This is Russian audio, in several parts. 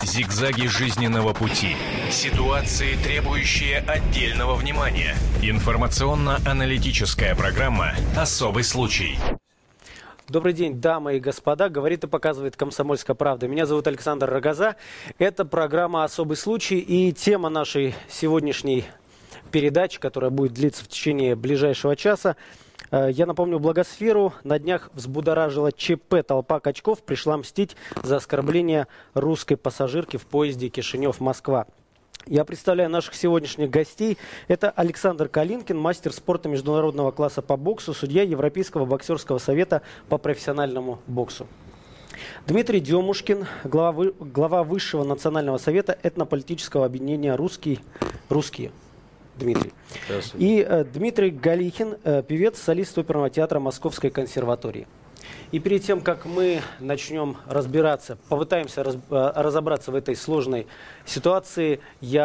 Зигзаги жизненного пути. Ситуации, требующие отдельного внимания. Информационно-аналитическая программа «Особый случай». Добрый день, дамы и господа. Говорит и показывает «Комсомольская правда». Меня зовут Александр Рогоза. Это программа «Особый случай». И тема нашей сегодняшней передачи, которая будет длиться в течение ближайшего часа. Я напомню, Благосферу на днях взбудоражила ЧП. Толпа качков пришла мстить за оскорбление русской пассажирки в поезде Кишинев-Москва. Я представляю наших сегодняшних гостей. Это Александр Калинкин, мастер спорта международного класса по боксу, судья Европейского боксерского совета по профессиональному боксу. Дмитрий Демушкин, глава Высшего национального совета этнополитического объединения «Русские». Дмитрий. И Дмитрий Галихин, певец, солист оперного театра Московской консерватории. И перед тем, как мы начнем попытаемся разобраться в этой сложной ситуации,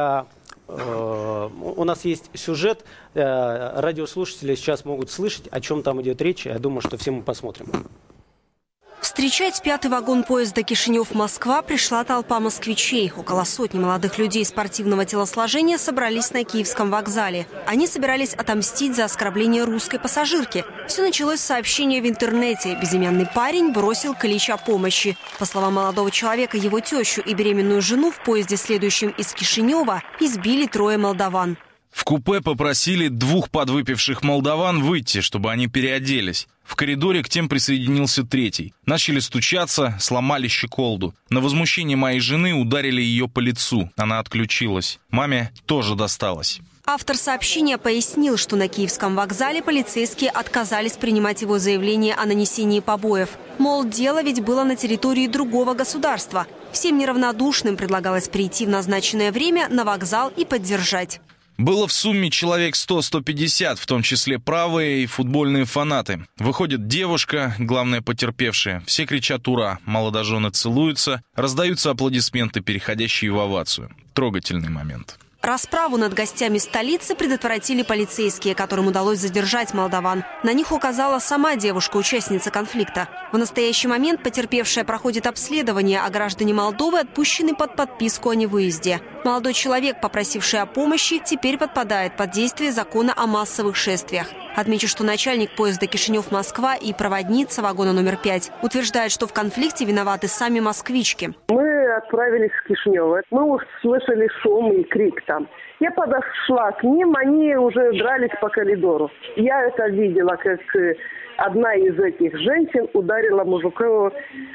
у нас есть сюжет, радиослушатели сейчас могут слышать, о чем там идет речь. Я думаю, что все мы посмотрим. Встречать пятый вагон поезда Кишинев-Москва пришла толпа москвичей. Около сотни молодых людей спортивного телосложения собрались на Киевском вокзале. Они собирались отомстить за оскорбление русской пассажирки. Все началось с сообщения в интернете. Безымянный парень бросил клич о помощи. По словам молодого человека, его тещу и беременную жену в поезде, следующем из Кишинева, избили 3 молдаван. В купе попросили 2 подвыпивших молдаван выйти, чтобы они переоделись. В коридоре к тем присоединился 3-й. Начали стучаться, сломали щеколду. На возмущение моей жены ударили ее по лицу. Она отключилась. Маме тоже досталось. Автор сообщения пояснил, что на Киевском вокзале полицейские отказались принимать его заявление о нанесении побоев. Мол, дело ведь было на территории другого государства. Всем неравнодушным предлагалось прийти в назначенное время на вокзал и поддержать. Было в сумме человек 100-150, в том числе правые и футбольные фанаты. Выходит девушка, главная потерпевшая. Все кричат «Ура!», молодожены целуются, раздаются аплодисменты, переходящие в овацию. Трогательный момент. Расправу над гостями столицы предотвратили полицейские, которым удалось задержать молдаван. На них указала сама девушка, участница конфликта. В настоящий момент потерпевшая проходит обследование, а граждане Молдовы отпущены под подписку о невыезде. Молодой человек, попросивший о помощи, теперь подпадает под действие закона о массовых шествиях. Отмечу, что начальник поезда Кишинев-Москва и проводница вагона номер 5 утверждают, что в конфликте виноваты сами москвички. Мы отправились в Кишинев. Мы услышали шум и крик там. Я подошла к ним, они уже дрались по коридору. Я это видела, как одна из этих женщин ударила мужика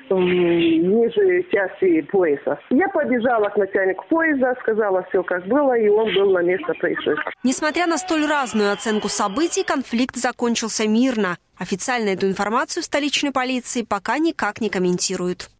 ниже части пояса. Я побежала к начальнику поезда, сказала все как было, и он был на месте происшествия. Несмотря на столь разную оценку событий, конфликт закончился мирно. Официально эту информацию столичной полиции пока никак не комментируют.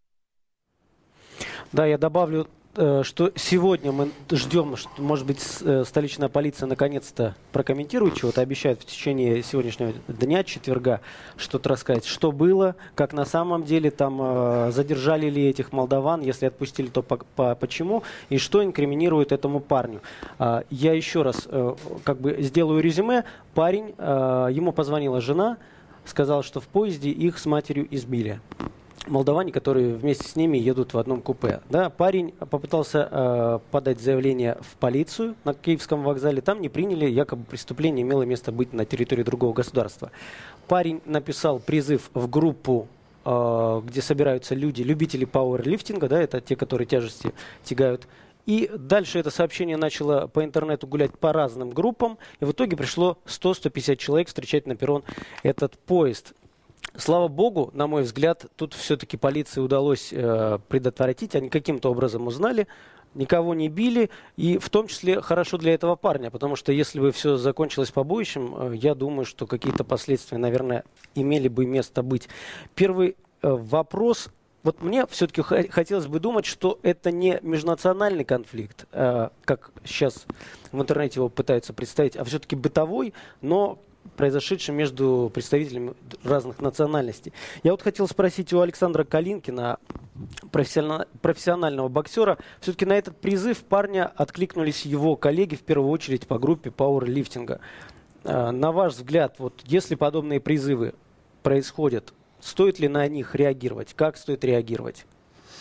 Да, я добавлю, что сегодня мы ждем, что, может быть, столичная полиция наконец-то прокомментирует чего-то, обещает в течение сегодняшнего дня, четверга, что-то рассказать, что было, как на самом деле там задержали ли этих молдаван, если отпустили, то почему, и что инкриминирует этому парню. Я еще раз сделаю резюме. Парень, ему позвонила жена, сказала, что в поезде их с матерью избили. Молдаване, которые вместе с ними едут в одном купе. Да, парень попытался подать заявление в полицию на Киевском вокзале. Там не приняли, якобы преступление имело место быть на территории другого государства. Парень написал призыв в группу, где собираются люди, любители пауэрлифтинга, да, это те, которые тяжести тягают. И дальше это сообщение начало по интернету гулять по разным группам. И в итоге пришло 100-150 человек встречать на перрон этот поезд. Слава богу, на мой взгляд, тут все-таки полиции удалось предотвратить. Они каким-то образом узнали, никого не били. И в том числе хорошо для этого парня, потому что если бы все закончилось побоищем, я думаю, что какие-то последствия, наверное, имели бы место быть. Первый вопрос. Вот мне все-таки хотелось бы думать, что это не межнациональный конфликт, как сейчас в интернете его пытаются представить, а все-таки бытовой, но произошедший между представителями разных национальностей. Я вот хотел спросить у Александра Калинкина, профессионального боксера, все-таки на этот призыв парня откликнулись его коллеги, в первую очередь по группе пауэрлифтинга. На ваш взгляд, вот если подобные призывы происходят, стоит ли на них реагировать? Как стоит реагировать?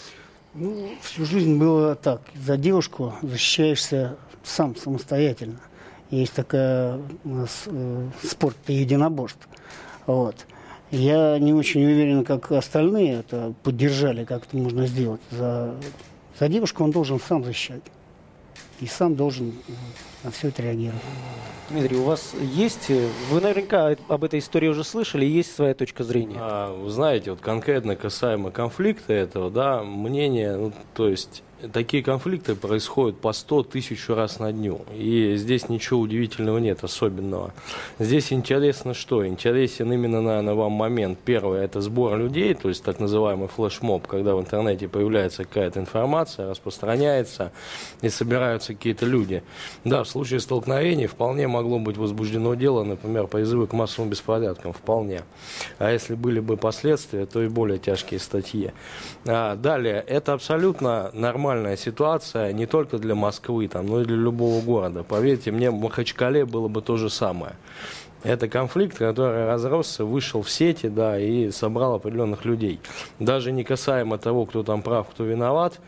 Ну, всю жизнь было так. За девушку защищаешься сам, самостоятельно. Есть такая у нас спорт единоборств. Вот. Я не очень уверен, как остальные это поддержали, как это можно сделать. За девушку он должен сам защищать. И сам должен на все это реагировать. Дмитрий, у вас есть, вы наверняка об этой истории уже слышали, есть своя точка зрения? Вы знаете, вот конкретно касаемо конфликта этого, да, мнение, ну, то есть такие конфликты происходят по 100 тысяч раз на дню. И здесь ничего удивительного нет, особенного. Здесь интересно что? Интересен именно, наверное, вам момент. Первое – это сбор людей, то есть так называемый флешмоб, когда в интернете появляется какая-то информация, распространяется и собираются какие-то люди. Да, в случае столкновений вполне могло быть возбуждено дело, например, призывы к массовым беспорядкам, вполне. А если были бы последствия, то и более тяжкие статьи. Далее, это абсолютно нормальная ситуация не только для Москвы, но и для любого города. Поверьте мне, в Махачкале было бы то же самое. Это конфликт, который разросся, вышел в сети, да, и собрал определенных людей. Даже не касаемо того, кто там прав, кто виноват,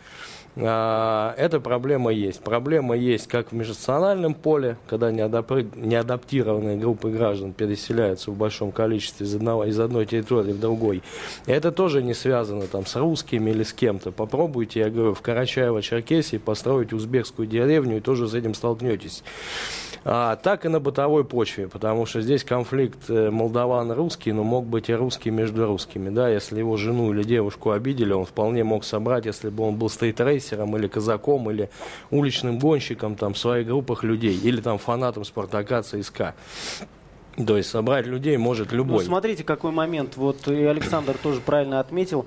эта проблема есть. Проблема есть как в межнациональном поле, когда неадаптированные группы граждан переселяются в большом количестве из одной территории в другой. И это тоже не связано там с русскими или с кем-то. Попробуйте, я говорю, в Карачаево-Черкесии построить узбекскую деревню и тоже с этим столкнетесь. Так и на бытовой почве, потому что здесь конфликт молдаван-русский, но мог быть и русский между русскими. Да, если его жену или девушку обидели, он вполне мог собрать, если бы он был стритрейсером или казаком, или уличным гонщиком там, в своих группах людей, или там фанатом Спартака, ЦСКА. То есть собрать людей может любой. Ну, смотрите, какой момент. Вот и Александр тоже правильно отметил.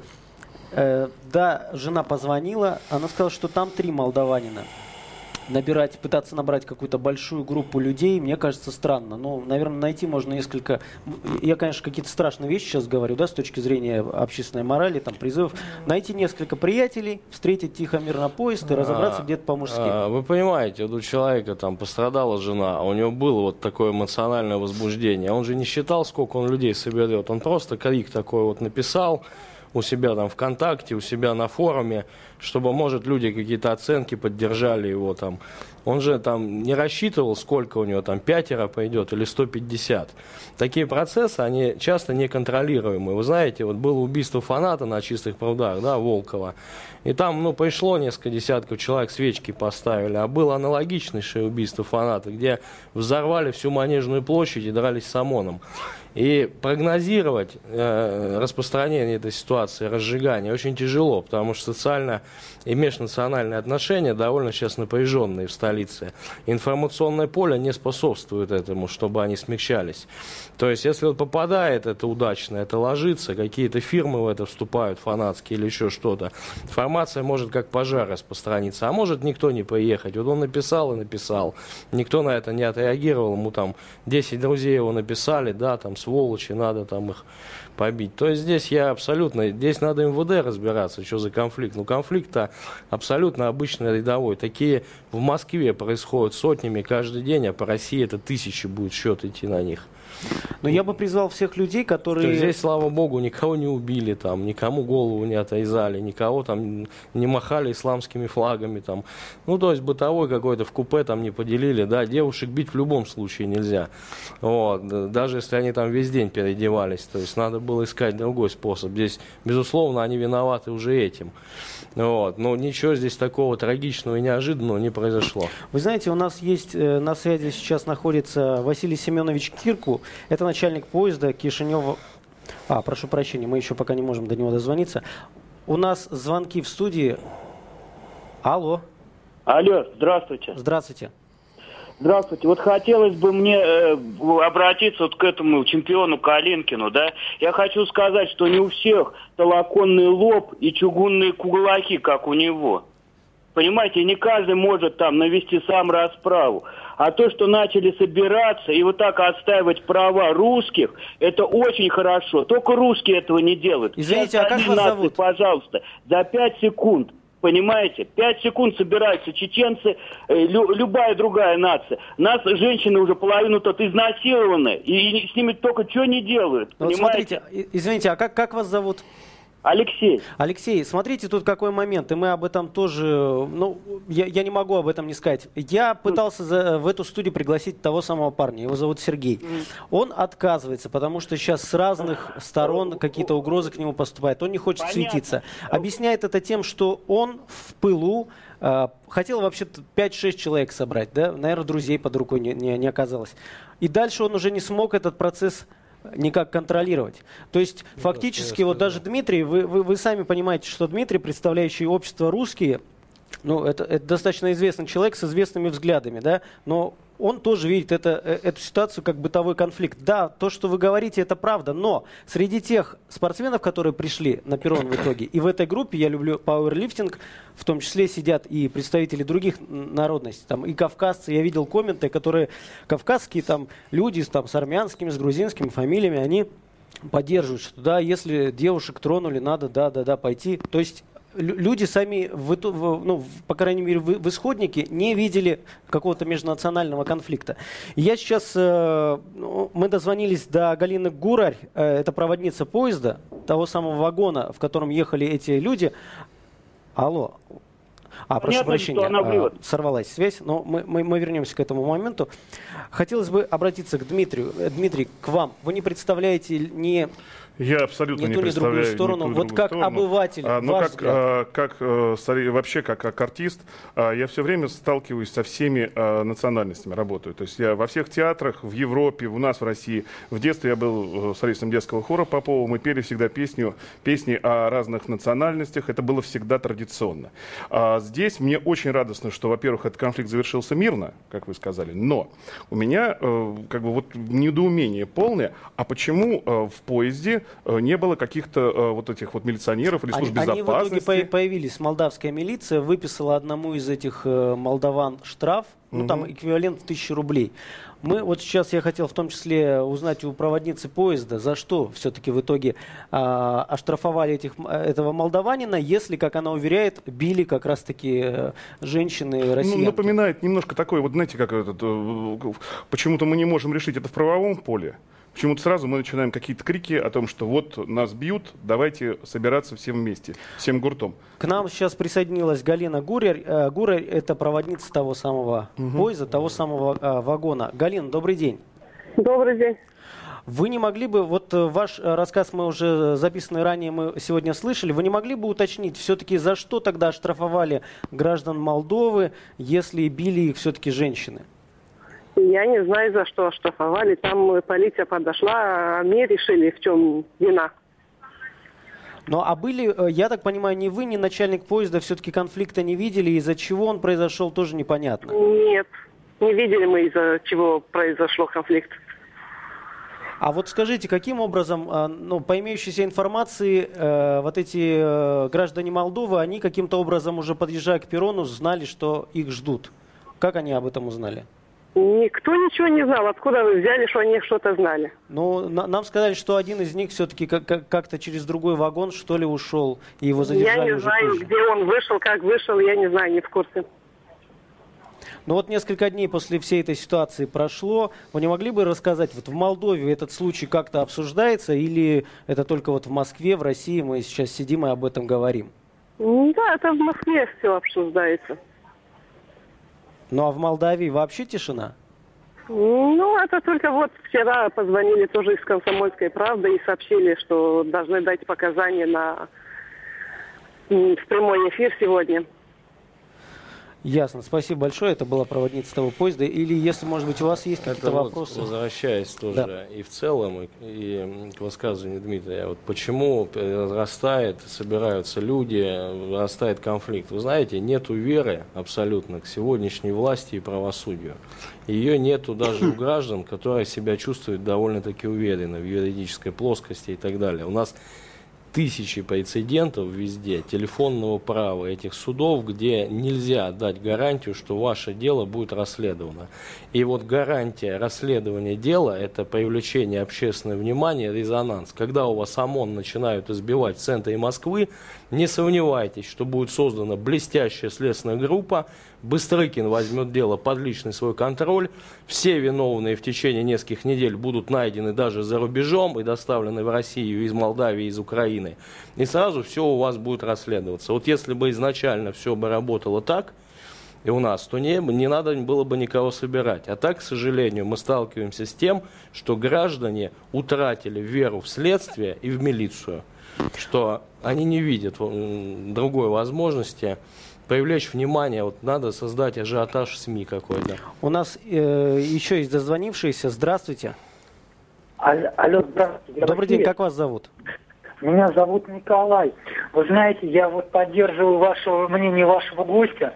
Да, жена позвонила, она сказала, что там 3 молдаванина. Пытаться набрать какую-то большую группу людей, мне кажется, странно. Ну, наверное, найти можно несколько... Я, конечно, какие-то страшные вещи сейчас говорю, да, с точки зрения общественной морали, там, призывов. Найти несколько приятелей, встретить тихо, мирно поезд и разобраться где-то по-мужски. Вы понимаете, вот у человека там пострадала жена, а у него было вот такое эмоциональное возбуждение. Он же не считал, сколько он людей соберет. Он просто крик такой вот написал у себя там ВКонтакте, у себя на форуме, чтобы, может, люди какие-то оценки поддержали его там. Он же там не рассчитывал, сколько у него там 5 пойдет или 150. Такие процессы, они часто неконтролируемые. Вы знаете, вот было убийство фаната на Чистых прудах, да, Волкова. И там, пришло несколько десятков человек, свечки поставили. А было аналогичнейшее убийство фаната, где взорвали всю Манежную площадь и дрались с ОМОНом. И прогнозировать распространение этой ситуации, разжигание очень тяжело, потому что социально и межнациональные отношения довольно сейчас напряженные в столице. Информационное поле не способствует этому, чтобы они смягчались. То есть, если вот попадает это удачно, это ложится, какие-то фирмы в это вступают, фанатские или еще что-то, информация может как пожар распространиться, а может никто не поехать. Вот он написал и написал, никто на это не отреагировал, ему там 10 друзей его написали, да, там сволочи, надо там их побить. То есть здесь здесь надо МВД разбираться, что за конфликт. Конфликт-то абсолютно обычный, рядовой. Такие в Москве происходят сотнями каждый день, а по России это тысячи будет счет идти на них. Но я бы призвал всех людей, которые... Здесь, слава богу, никого не убили, там, никому голову не отрезали, никого там не махали исламскими флагами. Там. То есть бытовой какой-то в купе там не поделили. Да, девушек бить в любом случае нельзя. Вот. Даже если они там весь день переодевались. То есть надо было искать другой способ. Здесь, безусловно, они виноваты уже этим. Вот. Но ничего здесь такого трагичного и неожиданного не произошло. Вы знаете, у нас есть на связи сейчас находится Василий Семенович Кирку. Это начальник поезда Кишинев. Прошу прощения, мы еще пока не можем до него дозвониться. У нас звонки в студии. Алло. Алло, здравствуйте. Здравствуйте. Здравствуйте. Вот хотелось бы мне обратиться вот к этому чемпиону Калинкину, да. Я хочу сказать, что не у всех толоконный лоб и чугунные кулаки, как у него. Понимаете, не каждый может там навести сам расправу. А то, что начали собираться и вот так отстаивать права русских, это очень хорошо. Только русские этого не делают. Извините, а как вас зовут? Пожалуйста, за 5 секунд. Понимаете? 5 секунд собираются чеченцы, любая другая нация. Нас женщины уже половину тут изнасилованы. И с ними только что не делают. Вот смотрите, извините, а как вас зовут? Алексей, смотрите, тут какой момент, и мы об этом тоже, ну, я не могу об этом не сказать. Я пытался в эту студию пригласить того самого парня, его зовут Сергей. Он отказывается, потому что сейчас с разных сторон какие-то угрозы к нему поступают, он не хочет светиться. Объясняет это тем, что он в пылу хотел вообще-то 5-6 человек собрать, да, наверное, друзей под рукой не оказалось. И дальше он уже не смог этот процесс никак контролировать. То есть фактически вот даже Дмитрий, вы сами понимаете, что Дмитрий, представляющий общество русские, ну, это достаточно известный человек с известными взглядами, да, но он тоже видит эту ситуацию как бытовой конфликт. Да, то, что вы говорите, это правда, но среди тех спортсменов, которые пришли на перрон в итоге, и в этой группе, я люблю пауэрлифтинг, в том числе сидят и представители других народностей, там, и кавказцы. Я видел комменты, которые кавказские там, люди там, с армянскими, с грузинскими фамилиями, они поддерживают, что да, если девушек тронули, надо, да, пойти. То есть люди сами, ну, по крайней мере, в исходнике не видели какого-то межнационального конфликта. Я сейчас, мы дозвонились до Галины Гурарь, это проводница поезда, того самого вагона, в котором ехали эти люди. Алло. Прошу прощения, сорвалась связь, но мы вернемся к этому моменту. Хотелось бы обратиться к Дмитрию. Дмитрий, к вам. Вы не представляете ни... Я абсолютно не представляю другую сторону. Вот как сторону. Обыватель, вообще как артист, я все время сталкиваюсь со всеми национальностями, работаю. То есть я во всех театрах, в Европе, у нас в России. В детстве я был солистом детского хора Попова, мы пели всегда песни о разных национальностях, это было всегда традиционно. Здесь мне очень радостно, что, во-первых, этот конфликт завершился мирно, как вы сказали, но у меня как бы вот недоумение полное, а почему в поезде не было каких-то вот этих вот милиционеров или служб безопасности? Они в итоге появились. Молдавская милиция выписала одному из этих молдаван штраф, ну там эквивалент в 1000 рублей. Вот сейчас я хотел в том числе узнать у проводницы поезда, за что все-таки в итоге оштрафовали этого молдаванина, если, как она уверяет, били как раз-таки женщины россиянки. Ну, напоминает немножко такое, вот знаете, как почему-то мы не можем решить это в правовом поле. Почему-то сразу мы начинаем какие-то крики о том, что вот нас бьют, давайте собираться всем вместе, всем гуртом. К нам сейчас присоединилась Галина Гурарь. Гурарь – это проводница того самого поезда, того самого вагона. Галина, добрый день. Добрый день. Вы не могли бы, вот ваш рассказ мы уже записанный ранее, мы сегодня слышали, вы не могли бы уточнить, все-таки за что тогда оштрафовали граждан Молдовы, если били их все-таки женщины? Я не знаю, за что оштрафовали. Там полиция подошла, а мы решили, в чем вина. Ну, а были, я так понимаю, ни вы, ни начальник поезда все-таки конфликта не видели, из-за чего он произошел, тоже непонятно. Нет, не видели мы, из-за чего произошел конфликт. А вот скажите, каким образом, ну, по имеющейся информации, вот эти граждане Молдовы, они каким-то образом уже подъезжая к перрону, знали, что их ждут? Как они об этом узнали? Никто ничего не знал. Откуда вы взяли, что они что-то знали? Ну, нам сказали, что один из них все-таки как-то через другой вагон, что ли, ушел, и его задержали. Я не знаю, позже. Где он вышел, как вышел, я не знаю, не в курсе. Ну вот несколько дней после всей этой ситуации прошло. Вы не могли бы рассказать, вот в Молдове этот случай как-то обсуждается, или это только вот в Москве, в России мы сейчас сидим и об этом говорим? Да, это в Москве все обсуждается. Ну а в Молдавии вообще тишина? Ну, это только вот вчера позвонили тоже из «Комсомольской правды» и сообщили, что должны дать показания в прямой эфир сегодня. Ясно. Спасибо большое. Это была проводница того поезда. Или, если, может быть, у вас есть какие-то вопросы? Возвращаясь тоже и в целом, и к высказыванию Дмитрия, вот почему растает, собираются люди, растает конфликт. Вы знаете, нету веры абсолютно к сегодняшней власти и правосудию. Ее нету даже у граждан, которые себя чувствуют довольно-таки уверенно в юридической плоскости и так далее. У нас тысячи прецедентов везде, телефонного права этих судов, где нельзя дать гарантию, что ваше дело будет расследовано. И вот гарантия расследования дела – это привлечение общественного внимания, резонанс. Когда у вас ОМОН начинают избивать в центре Москвы, не сомневайтесь, что будет создана блестящая следственная группа, Быстрыкин возьмет дело под личный свой контроль, все виновные в течение нескольких недель будут найдены даже за рубежом и доставлены в Россию из Молдавии, из Украины, дисциплины, и сразу все у вас будет расследоваться. Вот если бы изначально все бы работало так, и у нас, то не надо было бы никого собирать. А так, к сожалению, мы сталкиваемся с тем, что граждане утратили веру в следствие и в милицию, что они не видят другой возможности привлечь внимание. Вот надо создать ажиотаж в СМИ какой-то. У нас еще есть дозвонившиеся. Здравствуйте. Алло, здравствуйте. Добрый день, как вас зовут? Меня зовут Николай. Вы знаете, я вот поддерживаю мнение вашего гостя.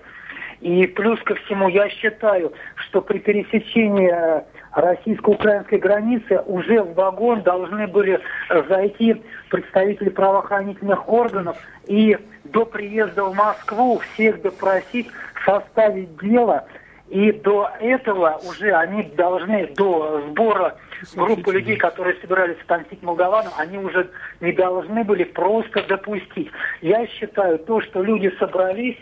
И плюс ко всему, я считаю, что при пересечении российско-украинской границы уже в вагон должны были зайти представители правоохранительных органов и до приезда в Москву всех допросить, составить дело. И до этого уже они должны, до сбора группы людей, которые собирались отомстить молдаванам, они уже не должны были просто допустить. Я считаю, то, что люди собрались,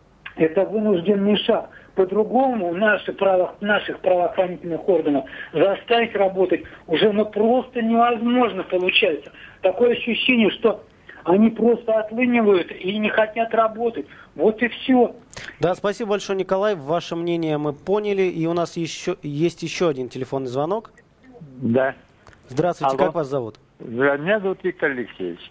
это вынужденный шаг. По-другому наших правоохранительных органов заставить работать уже просто невозможно получается. Такое ощущение, что они просто отлынивают и не хотят работать. Вот и все. Да, спасибо большое, Николай. Ваше мнение мы поняли. И у нас есть еще один телефонный звонок. Да. Здравствуйте, Алло. Как вас зовут? Меня зовут Виктор Алексеевич.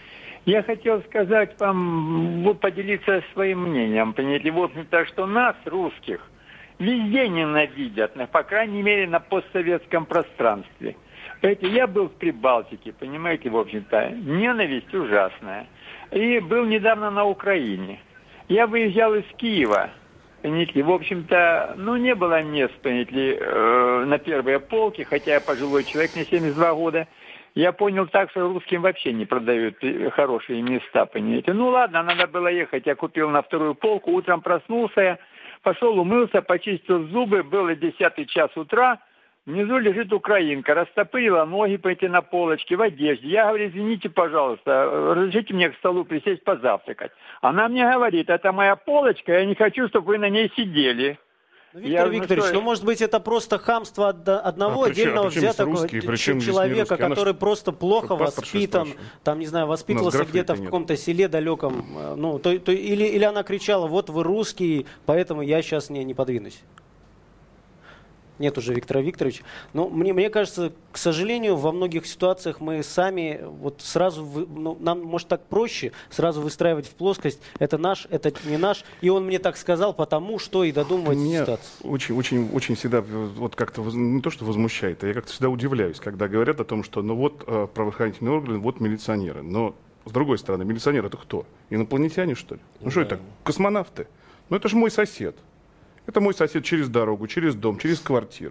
Я хотел сказать вам, вот поделиться своим мнением. Понимаете, вот то, что нас, русских, везде ненавидят, по крайней мере, на постсоветском пространстве. Понимаете, я был в Прибалтике, понимаете, в общем-то, ненависть ужасная. И был недавно на Украине. Я выезжал из Киева, понимаете, в общем-то, не было мест, понимаете, на первые полки, хотя я пожилой человек, мне 72 года. Я понял так, что русским вообще не продают хорошие места, понимаете. Ладно, надо было ехать. Я купил на вторую полку, утром проснулся я, пошел, умылся, почистил зубы, было 10 час утра, внизу лежит украинка, растопырила ноги, пойти на полочке, в одежде. Я говорю, извините, пожалуйста, разрешите мне к столу присесть позавтракать. Она мне говорит, это моя полочка, я не хочу, чтобы вы на ней сидели. Виктор Викторович, может быть, это просто хамство одного отдельного взятого человека, который просто плохо воспитан, там, не знаю, воспитывался где-то в каком-то селе далеком, или она кричала, вот вы русский, поэтому я сейчас не подвинусь. Нет уже Виктора Викторовича. Но мне кажется, к сожалению, во многих ситуациях мы сами вот сразу, нам может так проще сразу выстраивать в плоскость, это наш, это не наш, и он мне так сказал, потому что и додумывать ситуацию. Очень всегда вот как-то не то, что возмущает, а я как-то всегда удивляюсь, когда говорят о том, что правоохранительные органы, вот милиционеры. Но с другой стороны, милиционеры это кто? Инопланетяне, что ли? Что это? Космонавты? Это же мой сосед. Это мой сосед через дорогу, через дом, через квартиру.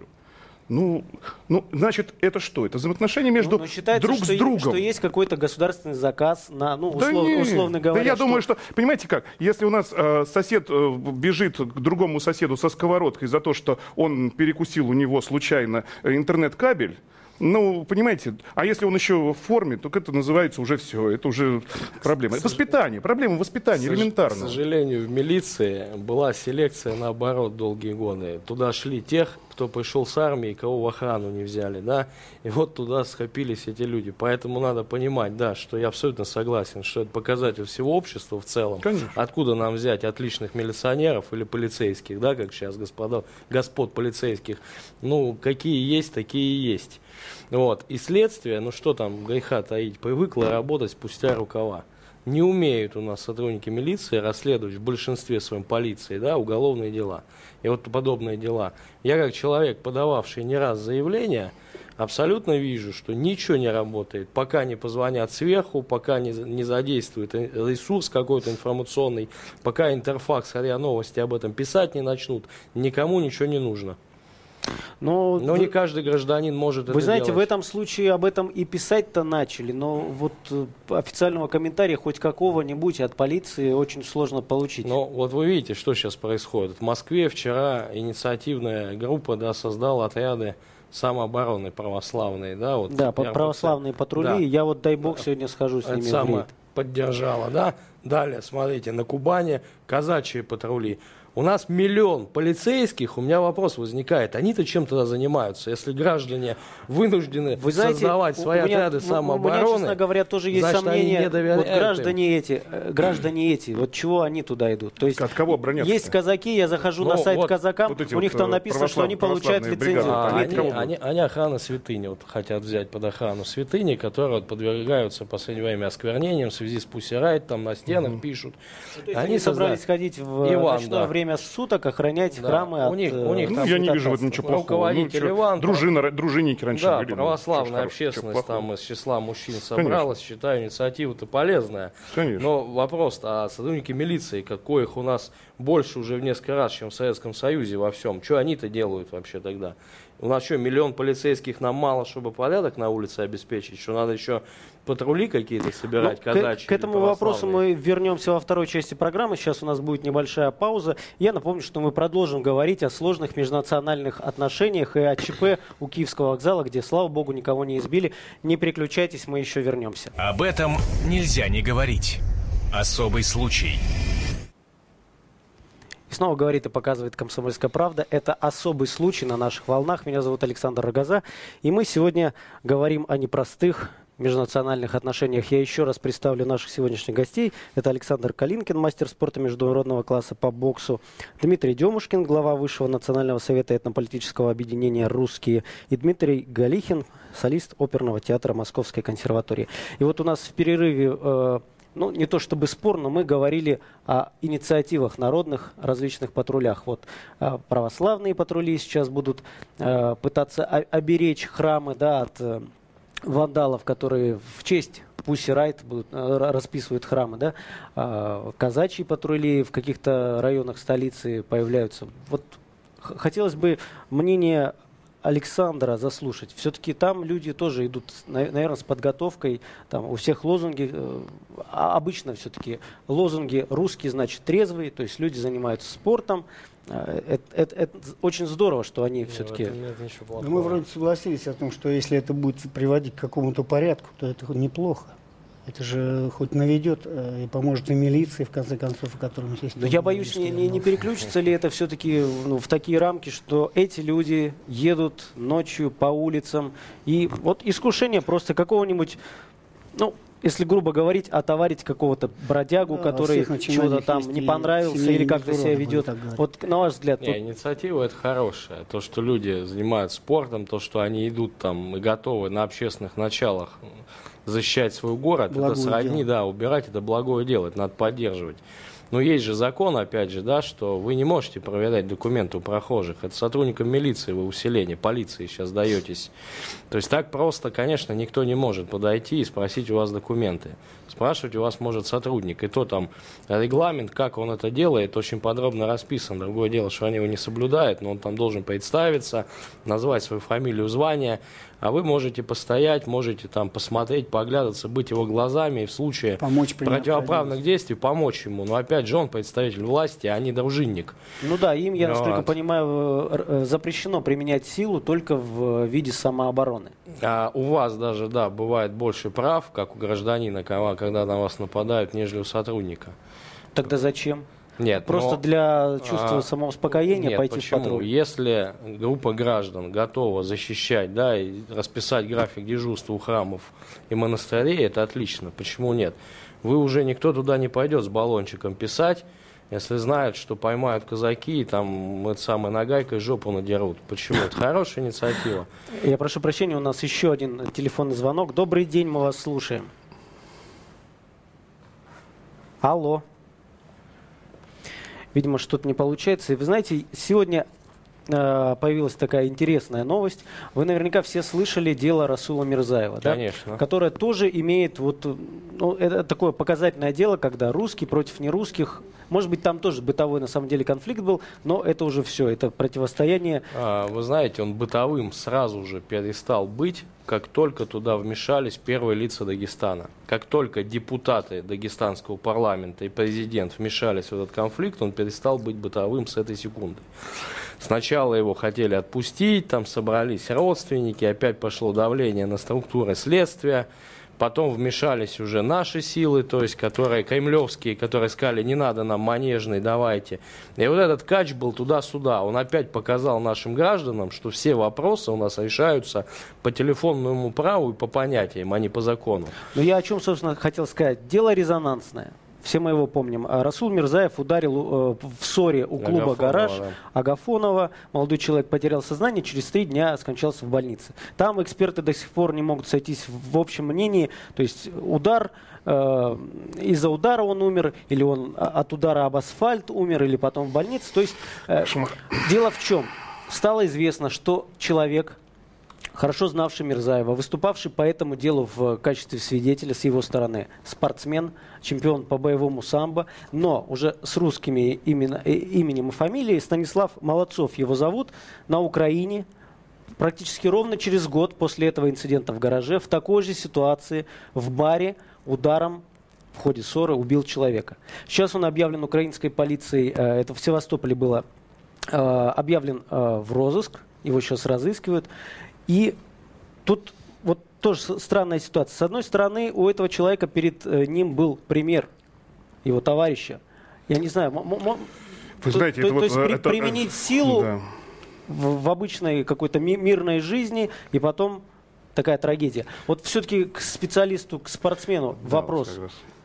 Значит, это что? Это взаимоотношения между друг с другом. Что есть какой-то государственный заказ на, условно говоря. Да я думаю, что, понимаете как, если у нас сосед бежит к другому соседу со сковородкой за то, что он перекусил у него случайно интернет-кабель, понимаете, а если он еще в форме, то это называется уже все, это уже проблема. Воспитание, проблема воспитания, элементарно. К сожалению, в милиции была селекция наоборот долгие годы. Туда шли тех, кто пришел с армии, кого в охрану не взяли, да, и вот туда скопились эти люди. Поэтому надо понимать, да, что я абсолютно согласен, что это показатель всего общества в целом. Конечно. Откуда нам взять отличных милиционеров или полицейских, да, как сейчас господ полицейских, какие есть, такие и есть. И следствие, что там греха таить, привыкло работать спустя рукава. Не умеют у нас сотрудники милиции расследовать в большинстве своем полиции, да, уголовные дела. И вот подобные дела. Я как человек, подававший не раз заявления, абсолютно вижу, что ничего не работает, пока не позвонят сверху, пока не задействует ресурс какой-то информационный, пока Интерфакс, РИА Новости об этом писать не начнут, никому ничего не нужно. Но не каждый гражданин может это делать. Вы знаете, в этом случае об этом и писать-то начали, но вот официального комментария хоть какого-нибудь от полиции очень сложно получить. Вот вы видите, что сейчас происходит. В Москве вчера инициативная группа создала отряды самообороны православные. Да, православные патрули. Да. Я дай бог, сегодня схожу с ними в рейд. Поддержала, да. Далее, смотрите, на Кубани казачьи патрули. У нас 1 миллион полицейских, у меня вопрос возникает, они-то чем тогда занимаются, если граждане вынуждены создавать свои отряды самообороны? У меня, честно говоря, тоже есть сомнения, вот граждане эти, вот чего они туда идут? То есть, от кого обороняться? Есть казаки, я захожу на сайт казакам, вот у них там написано, что они получают лицензию. Они охрану святыни вот, хотят взять под охрану святыни, которые вот, подвергаются в последнее время осквернениям в связи с пусирайт, там на стенах пишут. То есть они собрались ходить в ночное время суток, охранять храмы от... У них я не вижу в этом ничего плохого. Руководитель Иван... Дружинники раньше были. Да, православная общественность там из числа мужчин собралась. Конечно. Считаю, инициатива-то полезная. Конечно. Но вопрос, а сотрудники милиции, коих у нас больше уже в несколько раз, чем в Советском Союзе во всем, что они-то делают вообще тогда? У нас что, 1 миллион полицейских нам мало, чтобы порядок на улице обеспечить? Что надо еще патрули какие-то собирать, казачьи? К этому вопросу мы вернемся во второй части программы. Сейчас у нас будет небольшая пауза. Я напомню, что мы продолжим говорить о сложных межнациональных отношениях и о ЧП у Киевского вокзала, где, слава богу, никого не избили. Не переключайтесь, мы еще вернемся. Об этом нельзя не говорить. Особый случай. И снова говорит и показывает «Комсомольская правда». Это особый случай на наших волнах. Меня зовут Александр Рогоза. И мы сегодня говорим о непростых межнациональных отношениях. Я еще раз представлю наших сегодняшних гостей. Это Александр Калинкин, мастер спорта международного класса по боксу. Дмитрий Демушкин, глава Высшего национального совета этнополитического объединения «Русские». И Дмитрий Галихин, солист оперного театра Московской консерватории. И вот у нас в перерыве... не то чтобы спор, но мы говорили о инициативах народных, различных патрулях. Вот православные патрули сейчас будут пытаться оберечь храмы, да, от вандалов, которые в честь Pussy Riot расписывают храмы, да. Казачьи патрули в каких-то районах столицы появляются. Вот хотелось бы мнение Александра заслушать. Все-таки там люди тоже идут, наверное, с подготовкой. Там у всех лозунги, обычно все-таки лозунги русские, значит, трезвые, то есть люди занимаются спортом. Это очень здорово, что они все-таки... Мы вроде согласились о том, что если это будет приводить к какому-то порядку, то это неплохо. Это же хоть наведет и поможет и милиции, в конце концов, о котором есть... Но я боюсь, не переключится ли это все-таки в такие рамки, что эти люди едут ночью по улицам, и вот искушение просто какого-нибудь, если грубо говорить, отоварить какого-то бродягу, который чего-то там не понравился или как-то себя ведет. Вот на ваш взгляд... Инициатива это хорошая. То, что люди занимаются спортом, то, что они идут там и готовы на общественных началах защищать свой город, благое это сродни, дело. Да, убирать это благое дело, это надо поддерживать. Но есть же закон, опять же, да, что вы не можете проверять документы у прохожих. Это сотрудникам милиции вы усиление, полиции сейчас даетесь. То есть так просто, конечно, никто не может подойти и спросить у вас документы. Спрашивать у вас может сотрудник. И то там регламент, как он это делает, очень подробно расписан. Другое дело, что они его не соблюдают, но он там должен представиться, назвать свою фамилию, звание. А вы можете постоять, можете там посмотреть, поглядываться, быть его глазами и в случае противоправных действий помочь ему. Но опять же он представитель власти, а не дружинник. Ну да, им, я насколько понимаю, запрещено применять силу только в виде самообороны. А у вас даже, да, бывает больше прав, как у гражданина, когда на вас нападают, нежели у сотрудника. Тогда зачем? Нет, просто для чувства самоуспокоения пойти почему? В патруль. Если группа граждан готова защищать, да, и расписать график дежурства у храмов и монастырей, это отлично. Почему нет? Вы уже никто туда не пойдет с баллончиком писать, если знают, что поймают казаки и там это самой нагайкой жопу надерут. Почему? Это хорошая инициатива. Я прошу прощения, у нас еще один телефонный звонок. Добрый день, мы вас слушаем. Алло. Видимо, что-то не получается. И вы знаете, сегодня появилась такая интересная новость. Вы наверняка все слышали дело Расула Мирзаева, конечно, да? Которое тоже имеет это такое показательное дело, когда русские против нерусских. Может быть, там тоже бытовой на самом деле конфликт был, но это уже все, это противостояние. Вы знаете, он бытовым сразу же перестал быть, как только туда вмешались первые лица Дагестана. Как только депутаты дагестанского парламента и президент вмешались в этот конфликт, он перестал быть бытовым с этой секунды. Сначала его хотели отпустить, там собрались родственники, опять пошло давление на структуры следствия. Потом вмешались уже наши силы, то есть, которые кремлевские, которые сказали, не надо нам манежный, давайте. И вот этот кач был туда-сюда. Он опять показал нашим гражданам, что все вопросы у нас решаются по телефонному праву и по понятиям, а не по закону. Ну, я о чем, собственно, хотел сказать. Дело резонансное. Все мы его помним. Расул Мирзаев ударил в ссоре у клуба «Гараж» Агафонова. Молодой человек потерял сознание, через 3 дня скончался в больнице. Там эксперты до сих пор не могут сойтись в общем мнении. То есть удар, из-за удара он умер, или он от удара об асфальт умер, или потом в больнице. То есть дело в чем? Стало известно, что человек, хорошо знавший Мирзаева, выступавший по этому делу в качестве свидетеля с его стороны, спортсмен, чемпион по боевому самбо, но уже с русскими именем и фамилией, Станислав Молодцов его зовут, на Украине, практически ровно через год после этого инцидента в гараже, в такой же ситуации, в баре, ударом в ходе ссоры убил человека. Сейчас он объявлен украинской полицией, это в Севастополе было, объявлен в розыск, его сейчас разыскивают. И тут вот тоже странная ситуация. С одной стороны, у этого человека перед ним был пример его товарища. Я не знаю, вы знаете, то есть применить силу в обычной какой-то мирной жизни, и потом такая трагедия. Вот все-таки к специалисту, к спортсмену вопрос.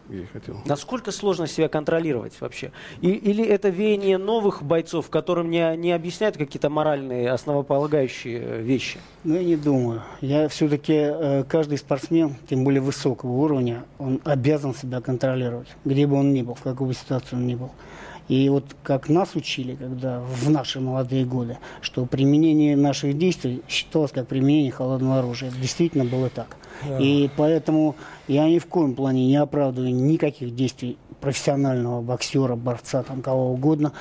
Насколько сложно себя контролировать вообще? Или это веяние новых бойцов, которым не объясняют какие-то моральные, основополагающие вещи? Ну, я не думаю. Я все-таки, каждый спортсмен, тем более высокого уровня, он обязан себя контролировать, где бы он ни был, в какой бы ситуации он ни был. И вот как нас учили, когда в наши молодые годы, что применение наших действий считалось как применение холодного оружия. Это действительно было так. И поэтому я ни в коем плане не оправдываю никаких действий профессионального боксера, борца, там, кого угодно,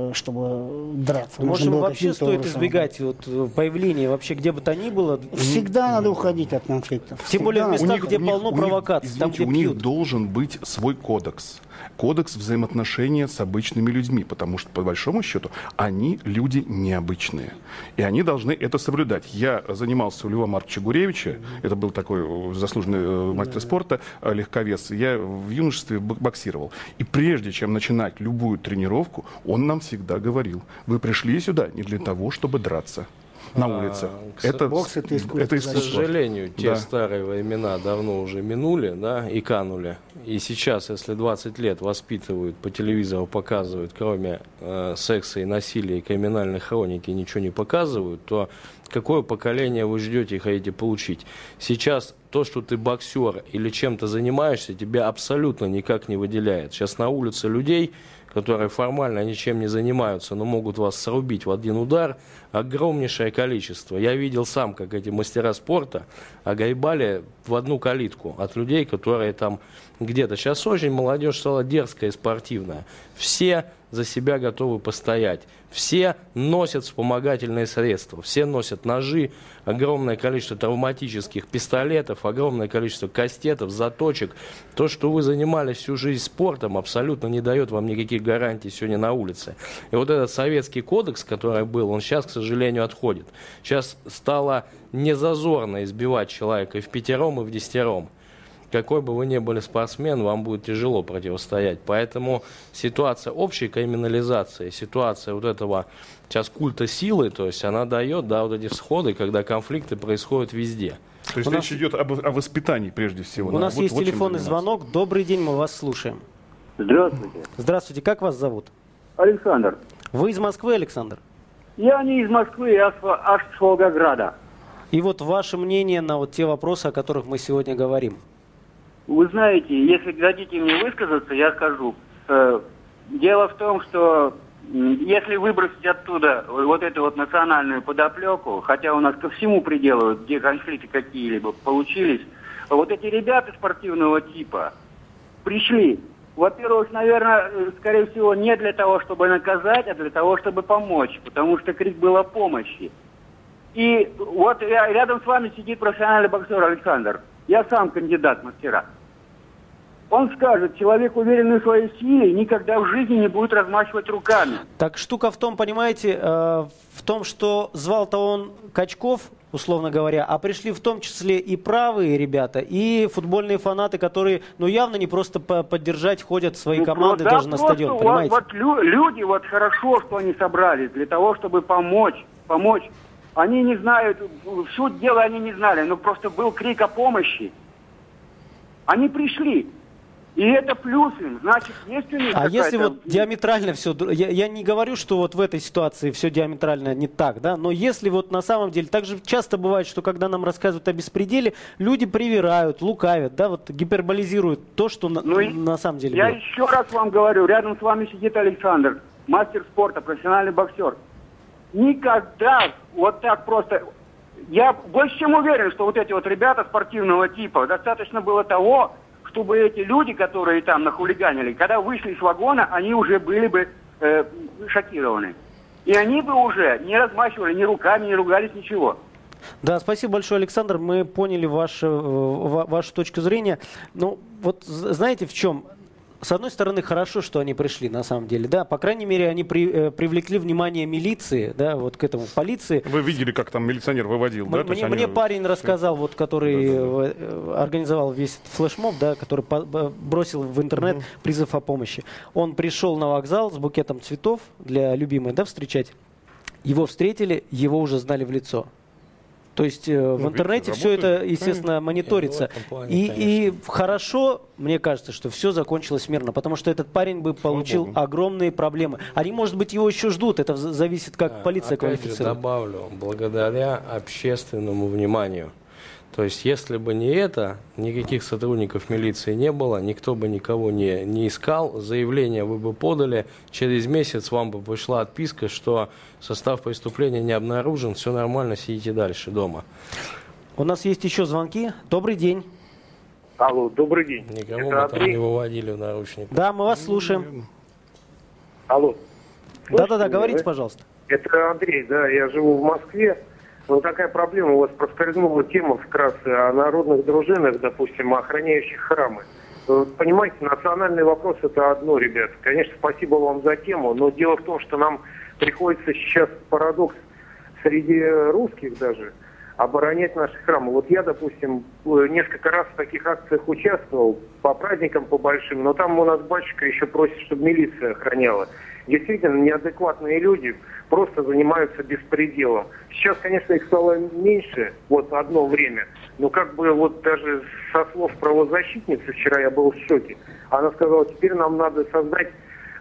чтобы драться. Может, вообще стоит избегать появления вообще где бы то ни было? Всегда надо уходить от конфликтов. Тем более в местах, где полно провокаций. Извините, у них должен быть свой кодекс. Кодекс взаимоотношения с обычными людьми, потому что, по большому счету, они люди необычные. И они должны это соблюдать. Я занимался у Льва Марковича Гуревича, это был такой заслуженный мастер спорта, легковес. Я в юношестве боксировал. И прежде чем начинать любую тренировку, он нам всегда говорил: вы пришли сюда не для того, чтобы драться на улице. Бокс это искусство. К сожалению, те старые времена давно уже минули, да, и канули. И сейчас, если 20 лет воспитывают, по телевизору показывают, кроме секса и насилия и криминальной хроники, ничего не показывают, то какое поколение вы ждете и хотите получить? Сейчас то, что ты боксер или чем-то занимаешься, тебя абсолютно никак не выделяет. Сейчас на улице людей, которые формально ничем не занимаются, но могут вас срубить в один удар, огромнейшее количество. Я видел сам, как эти мастера спорта огребали в одну калитку от людей, которые там где-то. Сейчас очень молодежь стала дерзкая и спортивная. Все за себя готовы постоять. Все носят вспомогательные средства. Все носят ножи, огромное количество травматических пистолетов, огромное количество кастетов, заточек. То, что вы занимались всю жизнь спортом, абсолютно не дает вам никаких гарантий сегодня на улице. И вот этот советский кодекс, который был, он сейчас, к сожалению, отходит. Сейчас стало незазорно избивать человека и в пятером, и в десятером. Какой бы вы ни были спортсмен, вам будет тяжело противостоять. Поэтому ситуация общей криминализации, ситуация вот этого сейчас культа силы, то есть она дает, да, вот эти всходы, когда конфликты происходят везде. То есть речь идет о воспитании прежде всего. У нас есть телефонный звонок. Добрый день, мы вас слушаем. Здравствуйте. Здравствуйте, как вас зовут? Александр. Вы из Москвы, Александр? Я не из Москвы, я аж с Волгограда. И вот ваше мнение на вот те вопросы, о которых мы сегодня говорим. Вы знаете, если дадите мне высказаться, я скажу. Дело в том, что если выбросить оттуда вот эту вот национальную подоплеку, хотя у нас ко всему пределу, где конфликты какие-либо получились, вот эти ребята спортивного типа пришли, во-первых, наверное, скорее всего, не для того, чтобы наказать, а для того, чтобы помочь, потому что крик был о помощи. И вот рядом с вами сидит профессиональный боксер Александр. Я сам кандидат в мастера. Он скажет, человек, уверенный в своей силе, никогда в жизни не будет размахивать руками. Так штука в том, понимаете, в том, что звал-то он Качков, условно говоря, а пришли в том числе и правые ребята, и футбольные фанаты, которые, ну, явно не просто поддержать ходят свои команды да, даже на стадион, понимаете? Вот люди, вот хорошо, что они собрались для того, чтобы помочь. Они не знают, суть дела они не знали, но просто был крик о помощи. Они пришли. И это плюс им, значит, есть у них А какая-то... если вот диаметрально все, я не говорю, что вот в этой ситуации все диаметрально не так, да, но если вот на самом деле, так же часто бывает, что когда нам рассказывают о беспределе, люди привирают, лукавят, да, вот гиперболизируют то, что на самом деле Я было. еще раз вам говорю, рядом с вами сидит Александр, мастер спорта, профессиональный боксер. Никогда вот так просто... Я больше чем уверен, что вот эти вот ребята спортивного типа, достаточно было того, чтобы эти люди, которые там нахулиганили, когда вышли из вагона, они уже были бы шокированы. И они бы уже не размахивали ни руками, не ругались, ничего. Да, спасибо большое, Александр. Мы поняли вашу точку зрения. Ну, вот знаете, в чем? С одной стороны, хорошо, что они пришли, на самом деле, да, по крайней мере, они привлекли внимание милиции, да, вот к этому, полиции. Вы видели, как там милиционер выводил, да? Мне парень рассказал, вот, который организовал весь этот флешмоб, да, который бросил в интернет призыв о помощи. Он пришел на вокзал с букетом цветов для любимой, да, встречать. Его встретили, его уже знали в лицо. То есть в интернете все это, естественно, мониторится. И хорошо, мне кажется, что все закончилось мирно, потому что этот парень бы получил огромные проблемы. Они, может быть, его еще ждут, это зависит, как полиция квалифицирует. Добавлю, благодаря общественному вниманию. То есть, если бы не это, никаких сотрудников милиции не было, никто бы никого не искал, заявление вы бы подали, через месяц вам бы пришла отписка, что состав преступления не обнаружен, все нормально, сидите дальше дома. У нас есть еще звонки. Добрый день. Алло, добрый день. Никого бы там не выводили в наручниках. Да, мы вас слушаем. Алло. Да-да-да, говорите, пожалуйста. Это Андрей, да, я живу в Москве. Вот такая проблема, у вас проскользнула тема вкратце о народных дружинах, допустим, охраняющих храмы. Понимаете, национальный вопрос – это одно, ребят. Конечно, спасибо вам за тему, но дело в том, что нам приходится сейчас парадокс среди русских даже оборонять наши храмы. Вот я, допустим, несколько раз в таких акциях участвовал, по праздникам, по большим, но там у нас батюшка еще просит, чтобы милиция охраняла. Действительно, неадекватные люди просто занимаются беспределом. Сейчас, конечно, их стало меньше, вот одно время, но как бы вот даже со слов правозащитницы, вчера я был в шоке, она сказала, теперь нам надо создать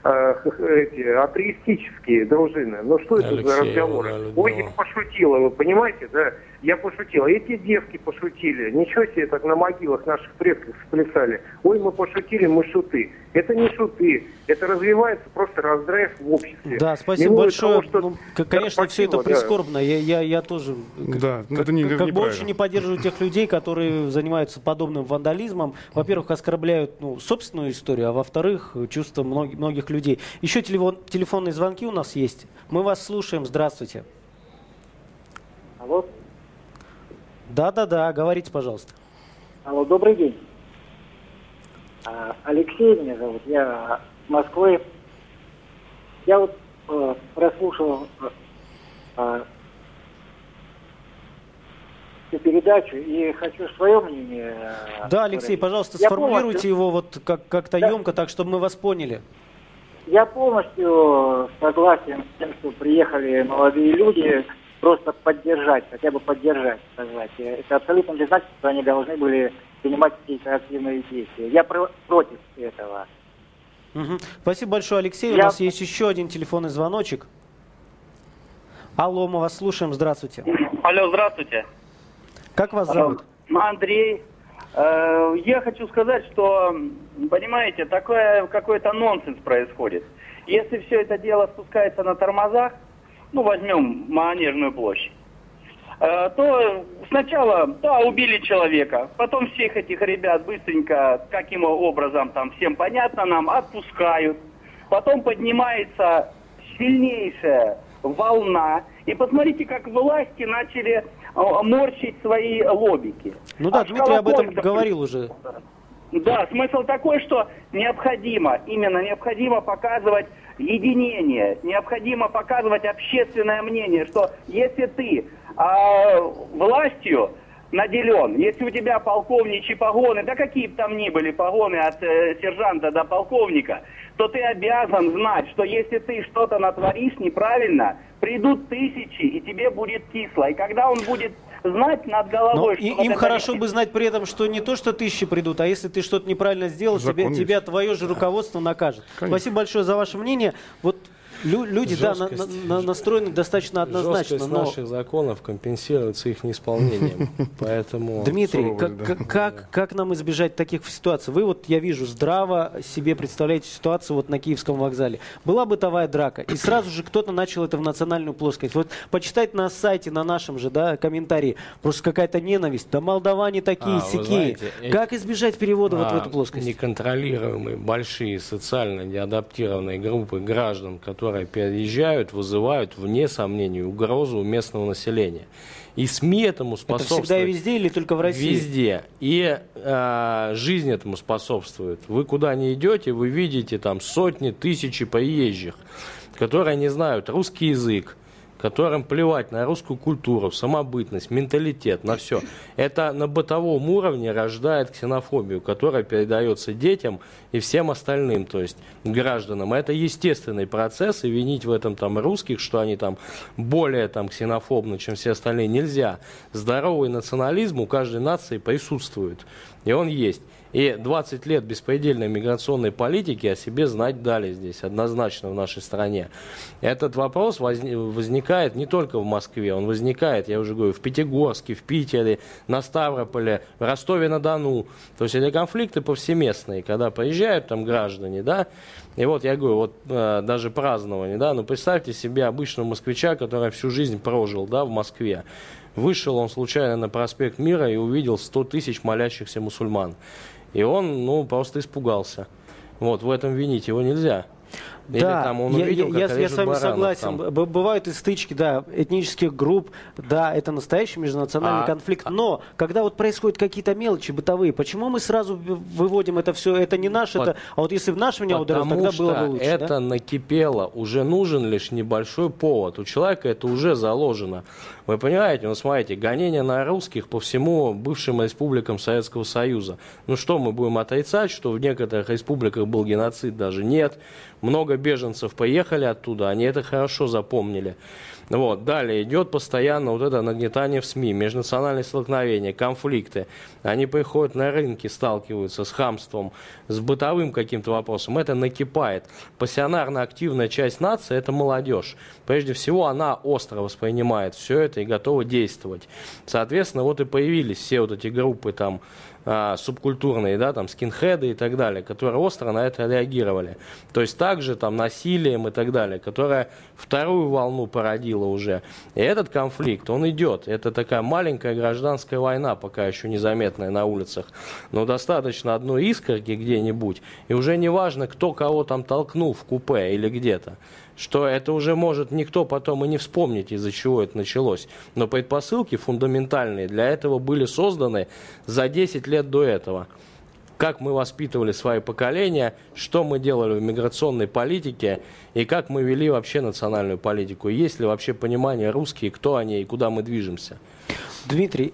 атеистические дружины. Ну что это за разговоры? Ой, я пошутила, вы понимаете, да? Я пошутила. Эти девки пошутили. Ничего себе так на могилах наших предков сплясали. Ой, мы пошутили, мы шуты. Это не шуты. Это развивается просто раздрайв в обществе. Да, спасибо большое. Того, конечно, все это прискорбно. Я тоже как бы очень не поддерживаю тех людей, которые занимаются подобным вандализмом. Во-первых, оскорбляют собственную историю, а во-вторых, чувства многих людей. Еще телефонные звонки у нас есть. Мы вас слушаем. Здравствуйте. Алло. Да, говорите, пожалуйста. Алло, добрый день. Алексей меня зовут, я с Москвы. Я вот прослушал эту передачу и хочу свое мнение. Да, Алексей, пожалуйста, сформулируйте его вот как-то емко, так, чтобы мы вас поняли. Я полностью согласен с тем, что приехали молодые люди, просто поддержать, хотя бы поддержать, сказать. Это абсолютно не значит, что они должны были принимать какие-то активные действия. Я против этого. Спасибо большое, Алексей. У нас есть еще один телефонный звоночек. Алло, мы вас слушаем. Здравствуйте. Алло, здравствуйте. Как вас зовут? Андрей. Я хочу сказать, что, понимаете, такое какой-то нонсенс происходит. Если все это дело спускается на тормозах, ну, возьмем Манежную площадь, то сначала, убили человека, потом всех этих ребят быстренько, каким образом, там, всем понятно нам, отпускают. Потом поднимается сильнейшая волна, и посмотрите, как власти начали морщить свои лобики. Ну да, Дмитрий об этом говорил уже. Да, смысл такой, что необходимо показывать единение, необходимо показывать общественное мнение, что если ты властью наделен. Если у тебя полковничьи погоны, да какие бы там ни были погоны от сержанта до полковника, то ты обязан знать, что если ты что-то натворишь неправильно, придут тысячи, и тебе будет кисло. И когда он будет знать над головой, что им хорошо бы знать при этом, что не то, что тысячи придут, а если ты что-то неправильно сделал, тебя твое же руководство накажет. Конечно. Спасибо большое за ваше мнение. Вот люди, настроены достаточно однозначно. Жесткость наших законов компенсируется их неисполнением. Поэтому... Дмитрий, как нам избежать таких ситуаций? Вы, я вижу, здраво себе представляете ситуацию вот на Киевском вокзале. Была бытовая драка, и сразу же кто-то начал это в национальную плоскость. Вот почитать на сайте, на нашем же, комментарии, просто какая-то ненависть. Да молдаване такие, сякие. Как избежать перевода вот в эту плоскость? Неконтролируемые, большие, социально неадаптированные группы граждан, которые переезжают, вызывают, вне сомнений, угрозу у местного населения. И СМИ этому способствуют. Это всегда и везде или только в России? Везде. И жизнь этому способствует. Вы куда ни идете, вы видите там сотни, тысячи приезжих, которые не знают русский язык, которым плевать на русскую культуру, самобытность, менталитет, на все. Это на бытовом уровне рождает ксенофобию, которая передается детям и всем остальным, то есть гражданам. Это естественный процесс, и винить в этом русских, что они более ксенофобны, чем все остальные, нельзя. Здоровый национализм у каждой нации присутствует, и он есть. И 20 лет беспредельной миграционной политики о себе знать дали здесь, однозначно в нашей стране. Этот вопрос возникает не только в Москве, он возникает, я уже говорю, в Пятигорске, в Питере, на Ставрополе, в Ростове-на-Дону. То есть это конфликты повсеместные, когда приезжают граждане, и я говорю, даже празднование, представьте себе обычного москвича, который всю жизнь прожил, в Москве. Вышел он случайно на проспект Мира и увидел 100 тысяч молящихся мусульман. И он, просто испугался. В этом винить его нельзя. Или он увидел, я с вами согласен. Бывают и стычки, этнических групп, это настоящий межнациональный конфликт. Но когда происходят какие-то мелочи бытовые, почему мы сразу выводим это все, это не наш, а если бы наш меня ударил, тогда было бы лучше. Это накипело, уже нужен лишь небольшой повод. У человека это уже заложено. Вы понимаете, смотрите, гонения на русских по всему бывшим республикам Советского Союза. Что мы будем отрицать, что в некоторых республиках был геноцид? Даже нет. Много беженцев поехали оттуда, они это хорошо запомнили. Далее идет постоянно это нагнетание в СМИ, межнациональные столкновения, конфликты. Они приходят на рынки, сталкиваются с хамством, с бытовым каким-то вопросом. Это накипает. Пассионарно активная часть нации – это молодежь. Прежде всего, она остро воспринимает все это и готова действовать. Соответственно, и появились все эти группы субкультурные, скинхеды и так далее, которые остро на это реагировали. То есть также насилием и так далее, которая вторую волну породила уже. И этот конфликт, он идет. Это такая маленькая гражданская война, пока еще незаметная на улицах. Но достаточно одной искорки где-нибудь, и уже не важно, кто кого толкнул в купе или где-то, что это уже может никто потом и не вспомнить, из-за чего это началось. Но предпосылки фундаментальные для этого были созданы за 10 лет до этого. Как мы воспитывали свои поколения, что мы делали в миграционной политике и как мы вели вообще национальную политику. Есть ли вообще понимание русские, кто они и куда мы движемся? Дмитрий,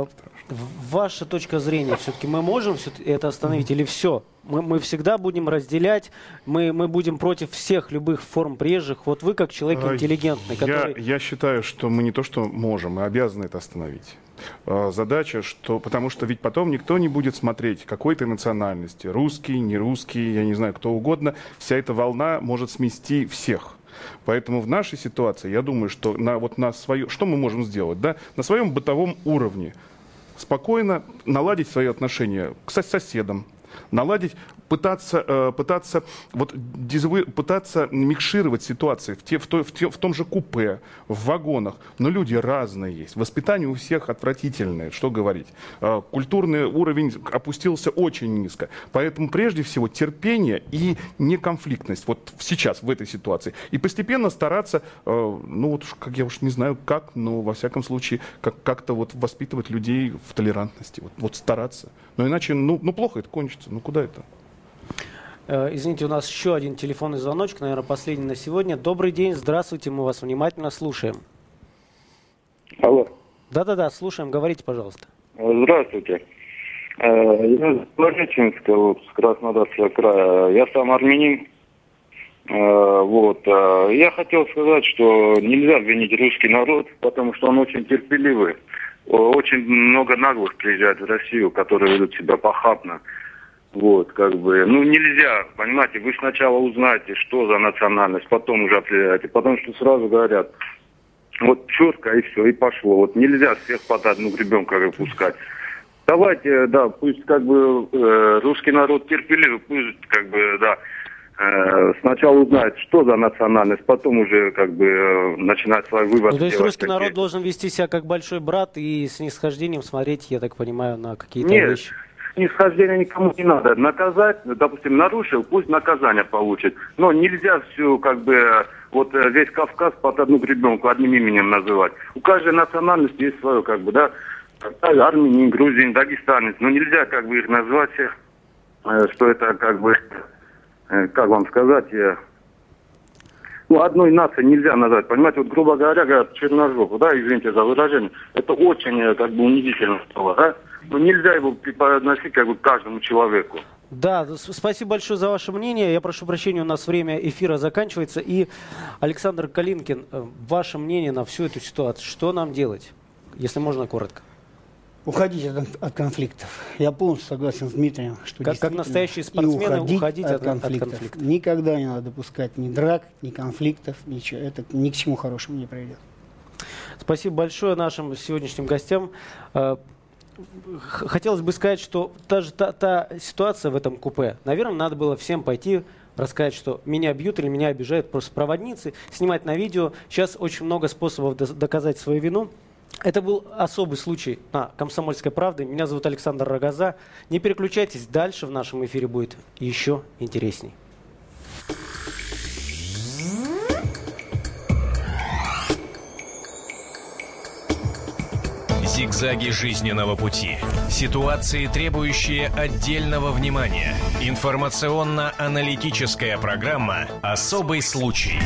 ваша точка зрения, все-таки мы можем это остановить или все? Мы всегда будем разделять, мы будем против всех любых форм приезжих. Вы как человек интеллигентный, который... Я считаю, что мы не то что можем, мы обязаны это остановить. Задача, потому что ведь потом никто не будет смотреть, какой ты национальности, русский, не русский, я не знаю, кто угодно. Вся эта волна может смести всех. Поэтому в нашей ситуации, я думаю, что что мы можем сделать? На своем бытовом уровне спокойно наладить свои отношения к соседам, пытаться микшировать ситуации в том же купе, в вагонах. Но люди разные есть. Воспитание у всех отвратительное, что говорить. Культурный уровень опустился очень низко. Поэтому прежде всего терпение и неконфликтность сейчас, в этой ситуации. И постепенно стараться, я уж не знаю как, но во всяком случае как-то воспитывать людей в толерантности. Стараться. Но иначе, плохо это кончится. Куда это? Извините, у нас еще один телефонный звоночек, наверное, последний на сегодня. Добрый день, здравствуйте, мы вас внимательно слушаем. Алло. Да-да-да, слушаем, говорите, пожалуйста. Здравствуйте. Я из Ложечинска, вот, с Краснодарского края. Я сам армянин. Вот. Я хотел сказать, что нельзя обвинить русский народ, потому что он очень терпеливый. Очень много наглых приезжает в Россию, которые ведут себя похабно. Вот, как бы, ну нельзя, понимаете, вы сначала узнаете, что за национальность, потом уже определяете, потому что сразу говорят, вот четко и все, и пошло. Вот нельзя всех под одну гребенку выпускать. Давайте, да, пусть как бы русский народ терпеливый, пусть как бы, да, сначала узнает, что за национальность, потом уже как бы начинать свой вывод. Ну, то есть русский народ должен вести себя как большой брат и с снисхождением смотреть, я так понимаю, на какие-то вещи. Снисхождения никому не надо. Наказать, допустим, нарушил, пусть наказание получит. Но нельзя всю, как бы, вот весь Кавказ под одну гребенку, одним именем называть. У каждой национальности есть свое, как бы, да, армянин, грузин, дагестанец. Но нельзя, как бы, их назвать, что это, как бы, как вам сказать, ну, одной нации нельзя назвать, понимаете, вот, грубо говоря, говорят, черножопу, да, извините за выражение, это очень, как бы, унизительно слово, да, но нельзя его преподносить, как бы, каждому человеку. Да, спасибо большое за ваше мнение, я прошу прощения, у нас время эфира заканчивается, и, Александр Калинкин, ваше мнение на всю эту ситуацию, что нам делать, если можно коротко? Уходить от конфликтов. Я полностью согласен с Дмитрием, что как настоящие спортсмены уходить от конфликтов. Никогда не надо допускать ни драк, ни конфликтов, ничего. Это ни к чему хорошему не приведет. Спасибо большое нашим сегодняшним гостям. Хотелось бы сказать, что та ситуация в этом купе, наверное, надо было всем пойти рассказать, что меня бьют или меня обижают просто проводницы, снимать на видео. Сейчас очень много способов доказать свою вину. Это был особый случай на «Комсомольской правде». Меня зовут Александр Рогоза. Не переключайтесь, дальше в нашем эфире будет еще интересней. Зигзаги жизненного пути. Ситуации, требующие отдельного внимания. Информационно-аналитическая программа «Особый случай».